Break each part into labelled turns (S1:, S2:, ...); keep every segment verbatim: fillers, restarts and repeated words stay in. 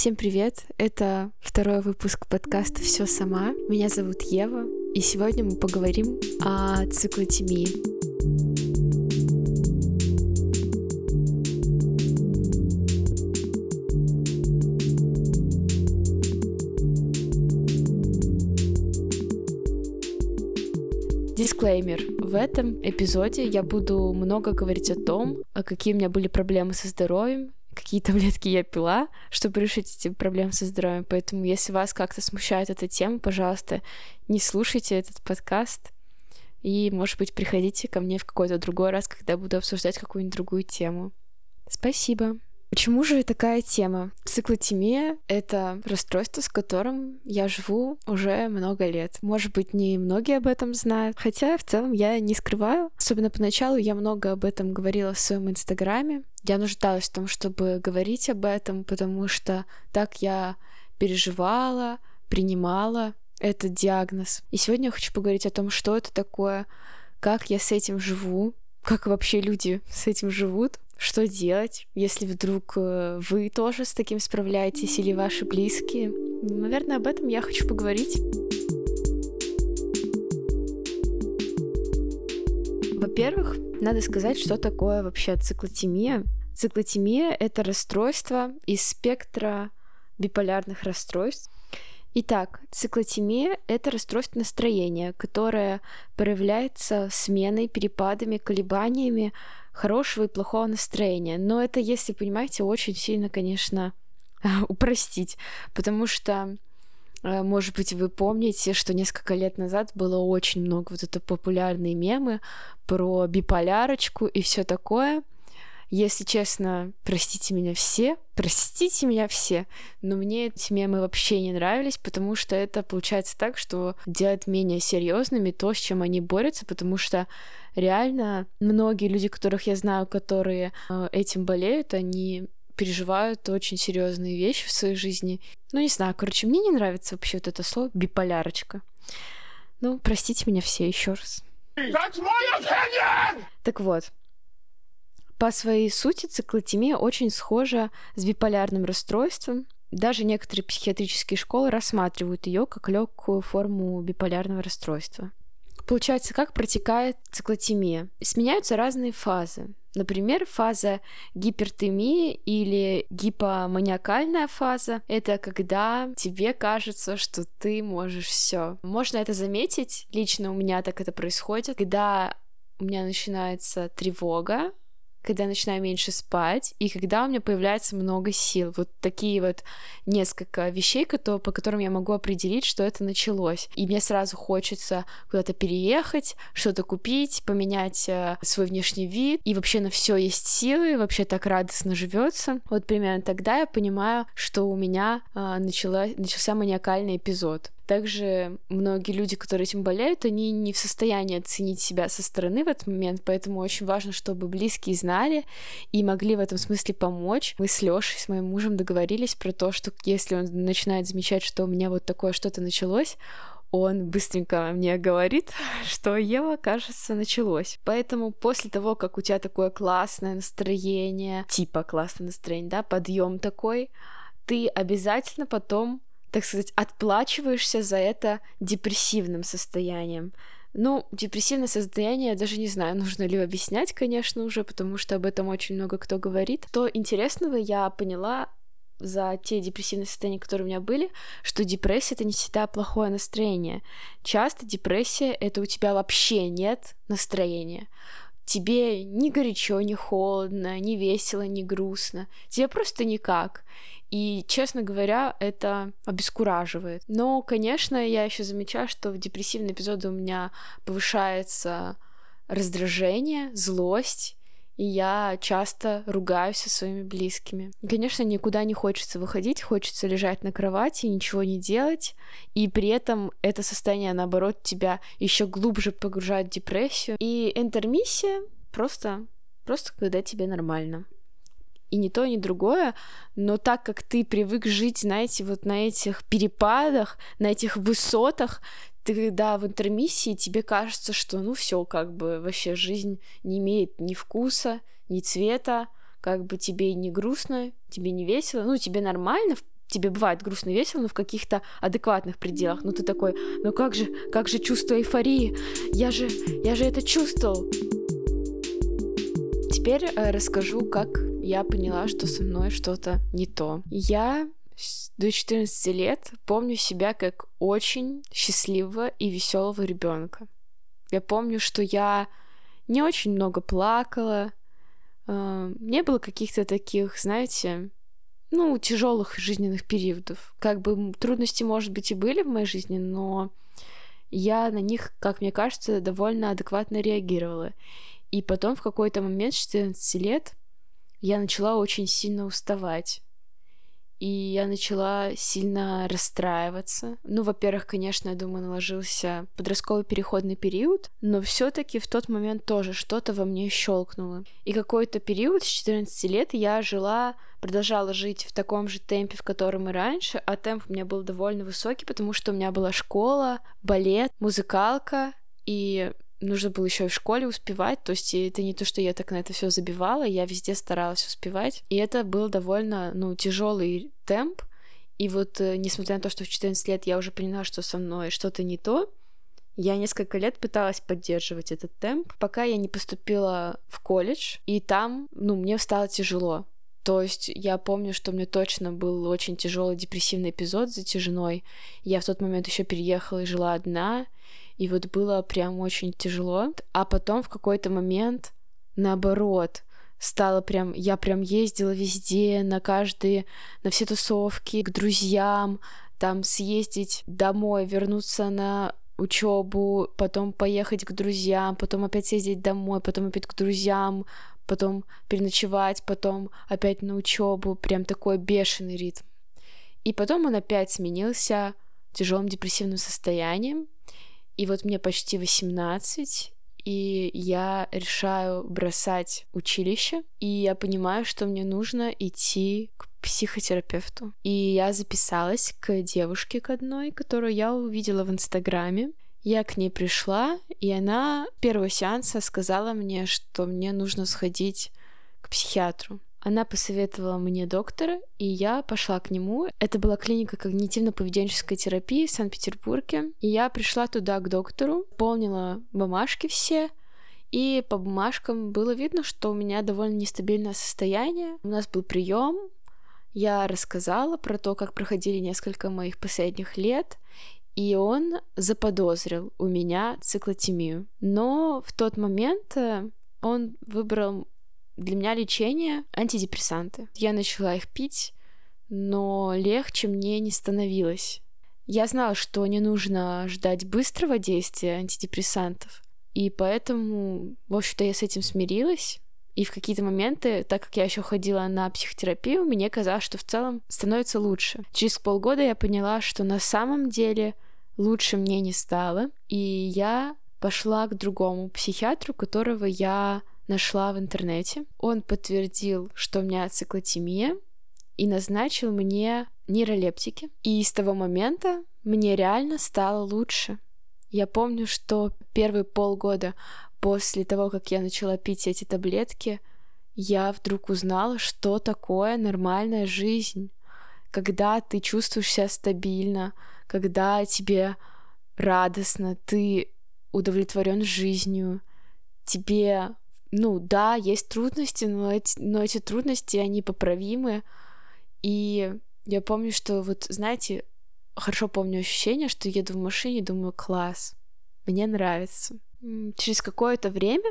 S1: Всем привет! Это второй выпуск подкаста «Всё сама». Меня зовут Ева, и сегодня мы поговорим о циклотемии. Дисклеймер. В этом эпизоде я буду много говорить о том, какие у меня были проблемы со здоровьем, какие таблетки я пила, чтобы решить эти проблемы со здоровьем. Поэтому, если вас как-то смущает эта тема, пожалуйста, не слушайте этот подкаст. И, может быть, приходите ко мне в какой-то другой раз, когда буду обсуждать какую-нибудь другую тему. Спасибо. Почему же такая тема? Циклотемия — это расстройство, с которым я живу уже много лет. Может быть, не многие об этом знают, хотя в целом я не скрываю. Особенно поначалу я много об этом говорила в своем инстаграме. Я нуждалась в том, чтобы говорить об этом, потому что так я переживала, принимала этот диагноз. И сегодня я хочу поговорить о том, что это такое, как я с этим живу, как вообще люди с этим живут, что делать, если вдруг вы тоже с таким справляетесь или ваши близкие. Наверное, об этом я хочу поговорить. Во-первых, надо сказать, что такое вообще циклотемия. Циклотемия — это расстройство из спектра биполярных расстройств. Итак, циклотемия — это расстройство настроения, которое проявляется сменой, перепадами, колебаниями хорошего и плохого настроения. Но это, если понимаете, очень сильно, конечно, упростить, потому что, может быть, вы помните, что несколько лет назад было очень много вот это популярные мемы про биполярочку и все такое. Если честно, простите меня все, простите меня все, но мне эти мемы вообще не нравились, потому что это получается так, что делает менее серьезными то, с чем они борются, потому что реально многие люди, которых я знаю, которые э, этим болеют, они переживают очень серьезные вещи в своей жизни. Ну, не знаю, короче, мне не нравится вообще вот это слово биполярочка. Ну, простите меня все еще раз.
S2: That's my opinion!
S1: Так вот. По своей сути циклотемия очень схожа с биполярным расстройством. Даже некоторые психиатрические школы рассматривают ее как легкую форму биполярного расстройства. Получается, как протекает циклотемия? Сменяются разные фазы. Например, фаза гипертемии или гипоманиакальная фаза — это когда тебе кажется, что ты можешь все. Можно это заметить, лично у меня так это происходит, когда у меня начинается тревога, когда я начинаю меньше спать, и когда у меня появляется много сил. Вот такие вот несколько вещей, которые, по которым я могу определить, что это началось. И мне сразу хочется куда-то переехать, что-то купить, поменять э, свой внешний вид, и вообще на все есть силы, вообще так радостно живется. Вот примерно тогда я понимаю, что у меня э, начала, начался маниакальный эпизод. Также многие люди, которые этим болеют, они не в состоянии оценить себя со стороны в этот момент, поэтому очень важно, чтобы близкие знали и могли в этом смысле помочь. Мы с Лёшей, с моим мужем, договорились про то, что если он начинает замечать, что у меня вот такое что-то началось, он быстренько мне говорит, что Ева, кажется, началось. Поэтому после того, как у тебя такое классное настроение, типа классное настроение, да, подъем такой, ты обязательно потом, так сказать, отплачиваешься за это депрессивным состоянием. Ну, депрессивное состояние, я даже не знаю, нужно ли объяснять, конечно, уже, потому что об этом очень много кто говорит. То интересного я поняла за те депрессивные состояния, которые у меня были, что депрессия — это не всегда плохое настроение. Часто депрессия — это у тебя вообще нет настроения. Тебе ни горячо, ни холодно, ни весело, ни грустно. Тебе просто никак. И, честно говоря, это обескураживает. Но, конечно, я еще замечаю, что в депрессивные эпизоды у меня повышается раздражение, злость, и я часто ругаюсь со своими близкими. И, конечно, никуда не хочется выходить, хочется лежать на кровати, ничего не делать, и при этом это состояние, наоборот, тебя еще глубже погружает в депрессию. И интермиссия просто, просто когда тебе нормально. И ни то, ни другое, но так как ты привык жить, знаете, вот на этих перепадах, на этих высотах, ты, когда в интермиссии, тебе кажется, что, ну, все, как бы, вообще жизнь не имеет ни вкуса, ни цвета, как бы тебе не грустно, тебе не весело, ну, тебе нормально, тебе бывает грустно и весело, но в каких-то адекватных пределах. Ну ты такой, ну как же, как же чувство эйфории? Я же, я же это чувствовал. Теперь э, расскажу, как я поняла, что со мной что-то не то. Я до четырнадцати лет помню себя как очень счастливого и веселого ребенка. Я помню, что я не очень много плакала, э, не было каких-то таких, знаете, ну, тяжелых жизненных периодов. Как бы трудности, может быть, и были в моей жизни, но я на них, как мне кажется, довольно адекватно реагировала. И потом в какой-то момент с четырнадцати лет я начала очень сильно уставать. И я начала сильно расстраиваться. Ну, во-первых, конечно, я думаю, наложился подростковый переходный период, но все-таки в тот момент тоже что-то во мне щелкнуло. И какой-то период с четырнадцати лет я жила, продолжала жить в таком же темпе, в котором и раньше, а темп у меня был довольно высокий, потому что у меня была школа, балет, музыкалка, и нужно было еще и в школе успевать, то есть это не то, что я так на это все забивала, я везде старалась успевать, и это был довольно, ну, тяжелый темп, и вот, несмотря на то, что в четырнадцать лет я уже поняла, что со мной что-то не то, я несколько лет пыталась поддерживать этот темп, пока я не поступила в колледж, и там, ну, мне стало тяжело. То есть я помню, что мне точно был очень тяжелый депрессивный эпизод с затяжной. Я в тот момент еще переехала и жила одна, и вот было прям очень тяжело. А потом в какой-то момент, наоборот, стало прям... Я прям ездила везде, на каждые... на все тусовки, к друзьям, там съездить домой, вернуться на учебу, потом поехать к друзьям, потом опять съездить домой, потом опять к друзьям, потом переночевать, потом опять на учебу. Прям такой бешеный ритм. И потом он опять сменился тяжелым депрессивным состоянием. И вот мне почти восемнадцать, и я решаю бросать училище, и я понимаю, что мне нужно идти к психотерапевту. И я записалась к девушке к одной, которую я увидела в Инстаграме. Я к ней пришла, и она первого сеанса сказала мне, что мне нужно сходить к психиатру. Она посоветовала мне доктора, и я пошла к нему. Это была клиника когнитивно-поведенческой терапии в Санкт-Петербурге. И я пришла туда к доктору, полнила бумажки все, и по бумажкам было видно, что у меня довольно нестабильное состояние. У нас был прием, я рассказала про то, как проходили несколько моих последних лет, и он заподозрил у меня циклотемию. Но в тот момент он выбрал для меня лечение антидепрессанты. Я начала их пить, но легче мне не становилось. Я знала, что не нужно ждать быстрого действия антидепрессантов, и поэтому, в общем-то, я с этим смирилась. И в какие-то моменты, так как я еще ходила на психотерапию, мне казалось, что в целом становится лучше. Через полгода я поняла, что на самом деле лучше мне не стало, и я пошла к другому психиатру, которого я нашла в интернете. Он подтвердил, что у меня циклотемия, и назначил мне нейролептики. И с того момента мне реально стало лучше. Я помню, что первые полгода после того, как я начала пить эти таблетки, я вдруг узнала, что такое нормальная жизнь, когда ты чувствуешь себя стабильно, когда тебе радостно, ты удовлетворен жизнью, тебе... Ну да, есть трудности, но эти, но эти трудности, они поправимы. И я помню, что вот, знаете, хорошо помню ощущение, что еду в машине и думаю, класс, мне нравится. Через какое-то время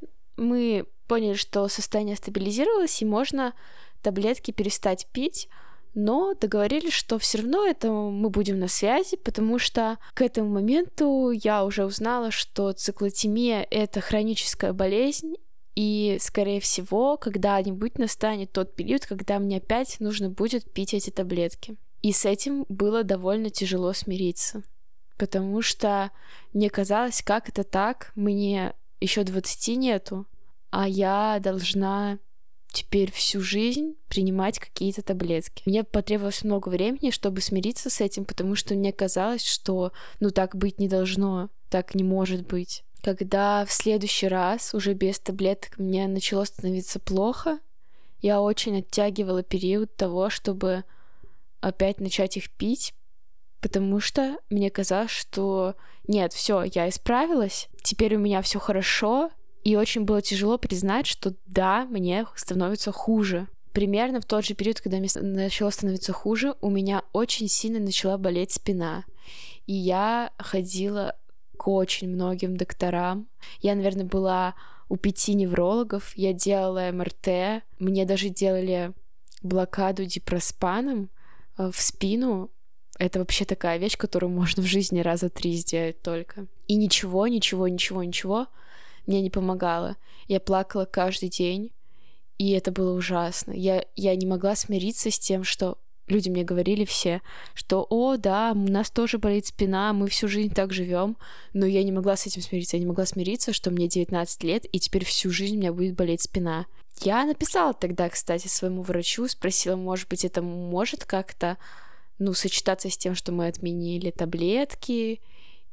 S1: мы поняли, что состояние стабилизировалось, и можно таблетки перестать пить, но договорились, что все равно это мы будем на связи, потому что к этому моменту я уже узнала, что циклотемия — это хроническая болезнь, и, скорее всего, когда-нибудь настанет тот период, когда мне опять нужно будет пить эти таблетки. И с этим было довольно тяжело смириться, потому что мне казалось, как это так, мне еще двадцати нету, а я должна... теперь всю жизнь принимать какие-то таблетки. Мне потребовалось много времени, чтобы смириться с этим, потому что мне казалось, что ну так быть не должно, так не может быть. Когда в следующий раз, уже без таблеток, мне начало становиться плохо, я очень оттягивала период того, чтобы опять начать их пить, потому что мне казалось, что нет, все, я исправилась, теперь у меня все хорошо, и очень было тяжело признать, что да, мне становится хуже. Примерно в тот же период, когда мне начало становиться хуже, у меня очень сильно начала болеть спина. И я ходила к очень многим докторам. Я, наверное, была у пяти неврологов. Я делала эм эр тэ. Мне даже делали блокаду дипроспаном в спину. Это вообще такая вещь, которую можно в жизни раза три сделать только. И ничего, ничего, ничего, ничего мне не помогало. Я плакала каждый день. И это было ужасно. Я, я не могла смириться с тем, что люди мне говорили все, что «О, да, у нас тоже болит спина, мы всю жизнь так живем». Но я не могла с этим смириться. Я не могла смириться, что мне девятнадцать лет, и теперь всю жизнь у меня будет болеть спина. Я написала тогда, кстати, своему врачу, спросила, может быть, это может как-то, ну, сочетаться с тем, что мы отменили таблетки,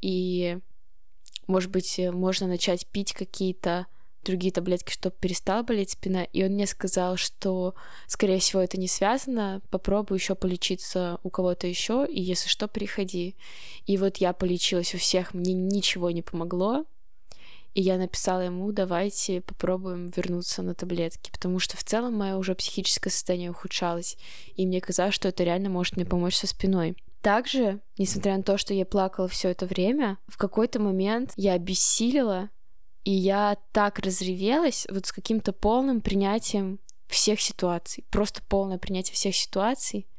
S1: и, может быть, можно начать пить какие-то другие таблетки, чтобы перестала болеть спина, и он мне сказал, что, скорее всего, это не связано, попробуй еще полечиться у кого-то еще, и если что, приходи. И вот я полечилась у всех, мне ничего не помогло, и я написала ему, давайте попробуем вернуться на таблетки, потому что в целом мое уже психическое состояние ухудшалось, и мне казалось, что это реально может мне помочь со спиной. Также, несмотря на то, что я плакала все это время, в какой-то момент я обессилила, и я так разревелась вот с каким-то полным принятием всех ситуаций. Просто полное принятие всех ситуаций.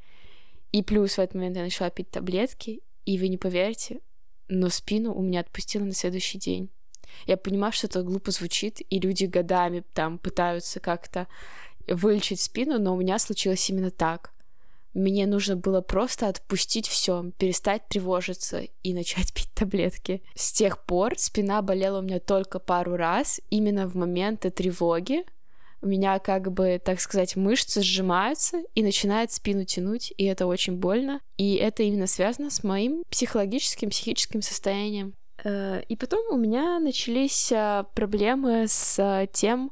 S1: И плюс в этот момент я начала пить таблетки, и вы не поверите, но спину у меня отпустило на следующий день. Я понимаю, что это глупо звучит, и люди годами там пытаются как-то вылечить спину, но у меня случилось именно так. Мне нужно было просто отпустить все, перестать тревожиться и начать пить таблетки. С тех пор спина болела у меня только пару раз, именно в моменты тревоги. У меня, как бы, так сказать, мышцы сжимаются и начинает спину тянуть, и это очень больно. И это именно связано с моим психологическим, психическим состоянием. И потом у меня начались проблемы с тем,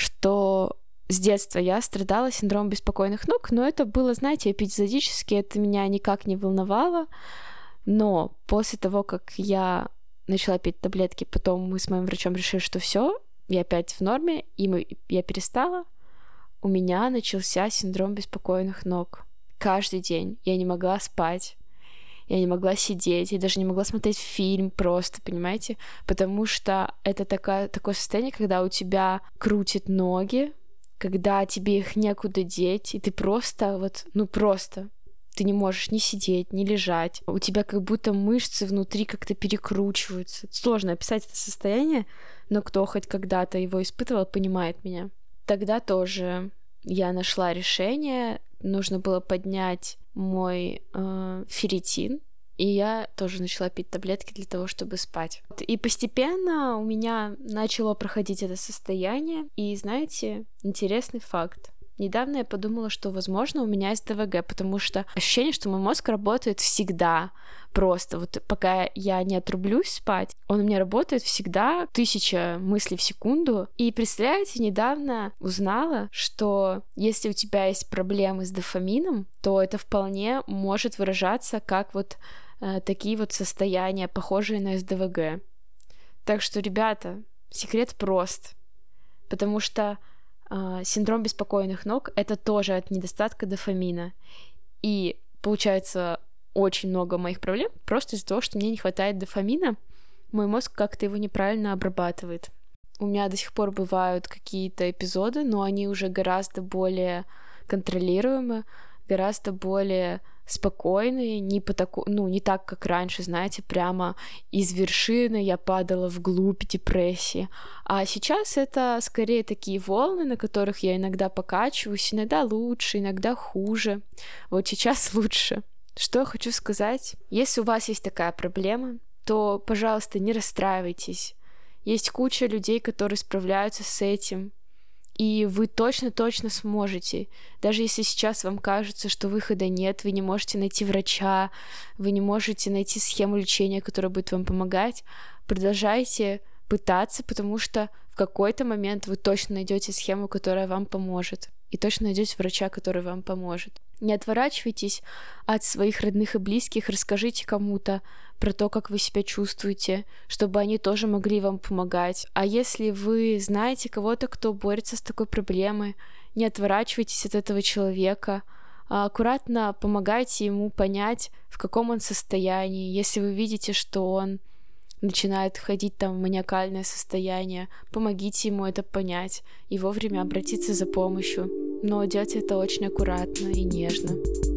S1: что с детства я страдала синдромом беспокойных ног, но это было, знаете, эпизодически, это меня никак не волновало. Но после того, как я начала пить таблетки, потом мы с моим врачом решили, что все, я опять в норме, и мы, я перестала, у меня начался синдром беспокойных ног. Каждый день я не могла спать, я не могла сидеть, я даже не могла смотреть фильм просто, понимаете? Потому что это такая, такое состояние, когда у тебя крутят ноги, когда тебе их некуда деть, и ты просто вот, ну просто, ты не можешь ни сидеть, ни лежать. У тебя как будто мышцы внутри как-то перекручиваются. Сложно описать это состояние, но кто хоть когда-то его испытывал, понимает меня. Тогда тоже я нашла решение, нужно было поднять мой э, ферритин, и я тоже начала пить таблетки для того, чтобы спать. И постепенно у меня начало проходить это состояние. И знаете, интересный факт. Недавно я подумала, что, возможно, у меня есть дэ вэ гэ, потому что ощущение, что мой мозг работает всегда. Просто вот пока я не отрублюсь спать, он у меня работает всегда, тысяча мыслей в секунду. И представляете, недавно узнала, что если у тебя есть проблемы с дофамином, то это вполне может выражаться как вот э, такие вот состояния, похожие на эс дэ вэ гэ. Так что, ребята, секрет прост, потому что Uh, синдром беспокойных ног — это тоже от недостатка дофамина. И получается очень много моих проблем просто из-за того, что мне не хватает дофамина. Мой мозг как-то его неправильно обрабатывает. У меня до сих пор бывают какие-то эпизоды, но они уже гораздо более контролируемы, гораздо более спокойные, не, по таку... ну, не так, как раньше, знаете, прямо из вершины я падала вглубь депрессии. А сейчас это скорее такие волны, на которых я иногда покачиваюсь, иногда лучше, иногда хуже. Вот сейчас лучше. Что я хочу сказать? Если у вас есть такая проблема, то, пожалуйста, не расстраивайтесь. Есть куча людей, которые справляются с этим. И вы точно-точно сможете. Даже если сейчас вам кажется, что выхода нет, вы не можете найти врача, вы не можете найти схему лечения, которая будет вам помогать, продолжайте пытаться, потому что в какой-то момент вы точно найдете схему, которая вам поможет. и точно найдете врача, который вам поможет. Не отворачивайтесь от своих родных и близких, расскажите кому-то про то, как вы себя чувствуете, чтобы они тоже могли вам помогать. А если вы знаете кого-то, кто борется с такой проблемой, не отворачивайтесь от этого человека, а аккуратно помогайте ему понять, в каком он состоянии. Если вы видите, что он начинает входить там в маниакальное состояние, помогите ему это понять и вовремя обратиться за помощью. Но делайте это очень аккуратно и нежно.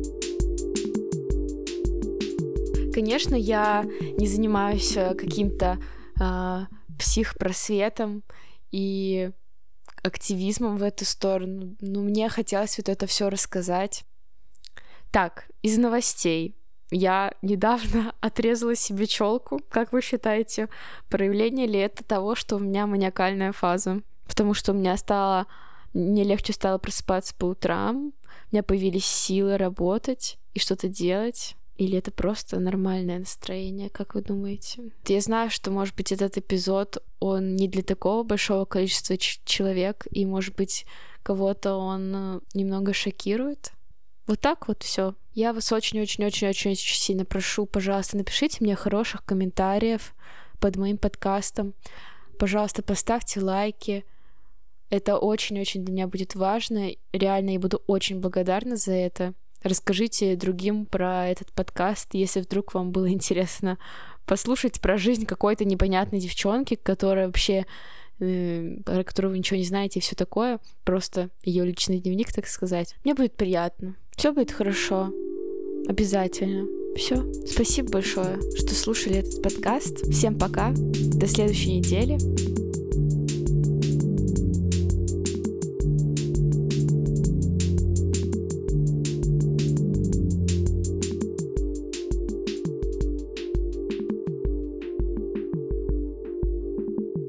S1: Конечно, я не занимаюсь каким-то э, психпросветом и активизмом в эту сторону, но мне хотелось вот это все рассказать. Так, из новостей. Я недавно отрезала себе челку. Как вы считаете, проявление ли это того, что у меня маниакальная фаза? Потому что у меня стало... Мне легче стало просыпаться по утрам, у меня появились силы работать и что-то делать. Или это просто нормальное настроение, как вы думаете? Я знаю, что, может быть, этот эпизод, он не для такого большого количества ч- человек, и, может быть, кого-то он немного шокирует. Вот так вот все. Я вас очень-очень-очень-очень сильно прошу, пожалуйста, напишите мне хороших комментариев под моим подкастом. Пожалуйста, поставьте лайки. Это очень-очень для меня будет важно. Реально, я буду очень благодарна за это. Расскажите другим про этот подкаст, если вдруг вам было интересно послушать про жизнь какой-то непонятной девчонки, которая вообще, э, про которую вы ничего не знаете и все такое. Просто ее личный дневник, так сказать. Мне будет приятно. Все будет хорошо. Обязательно. Все. Спасибо большое, что слушали этот подкаст. Всем пока. До следующей недели.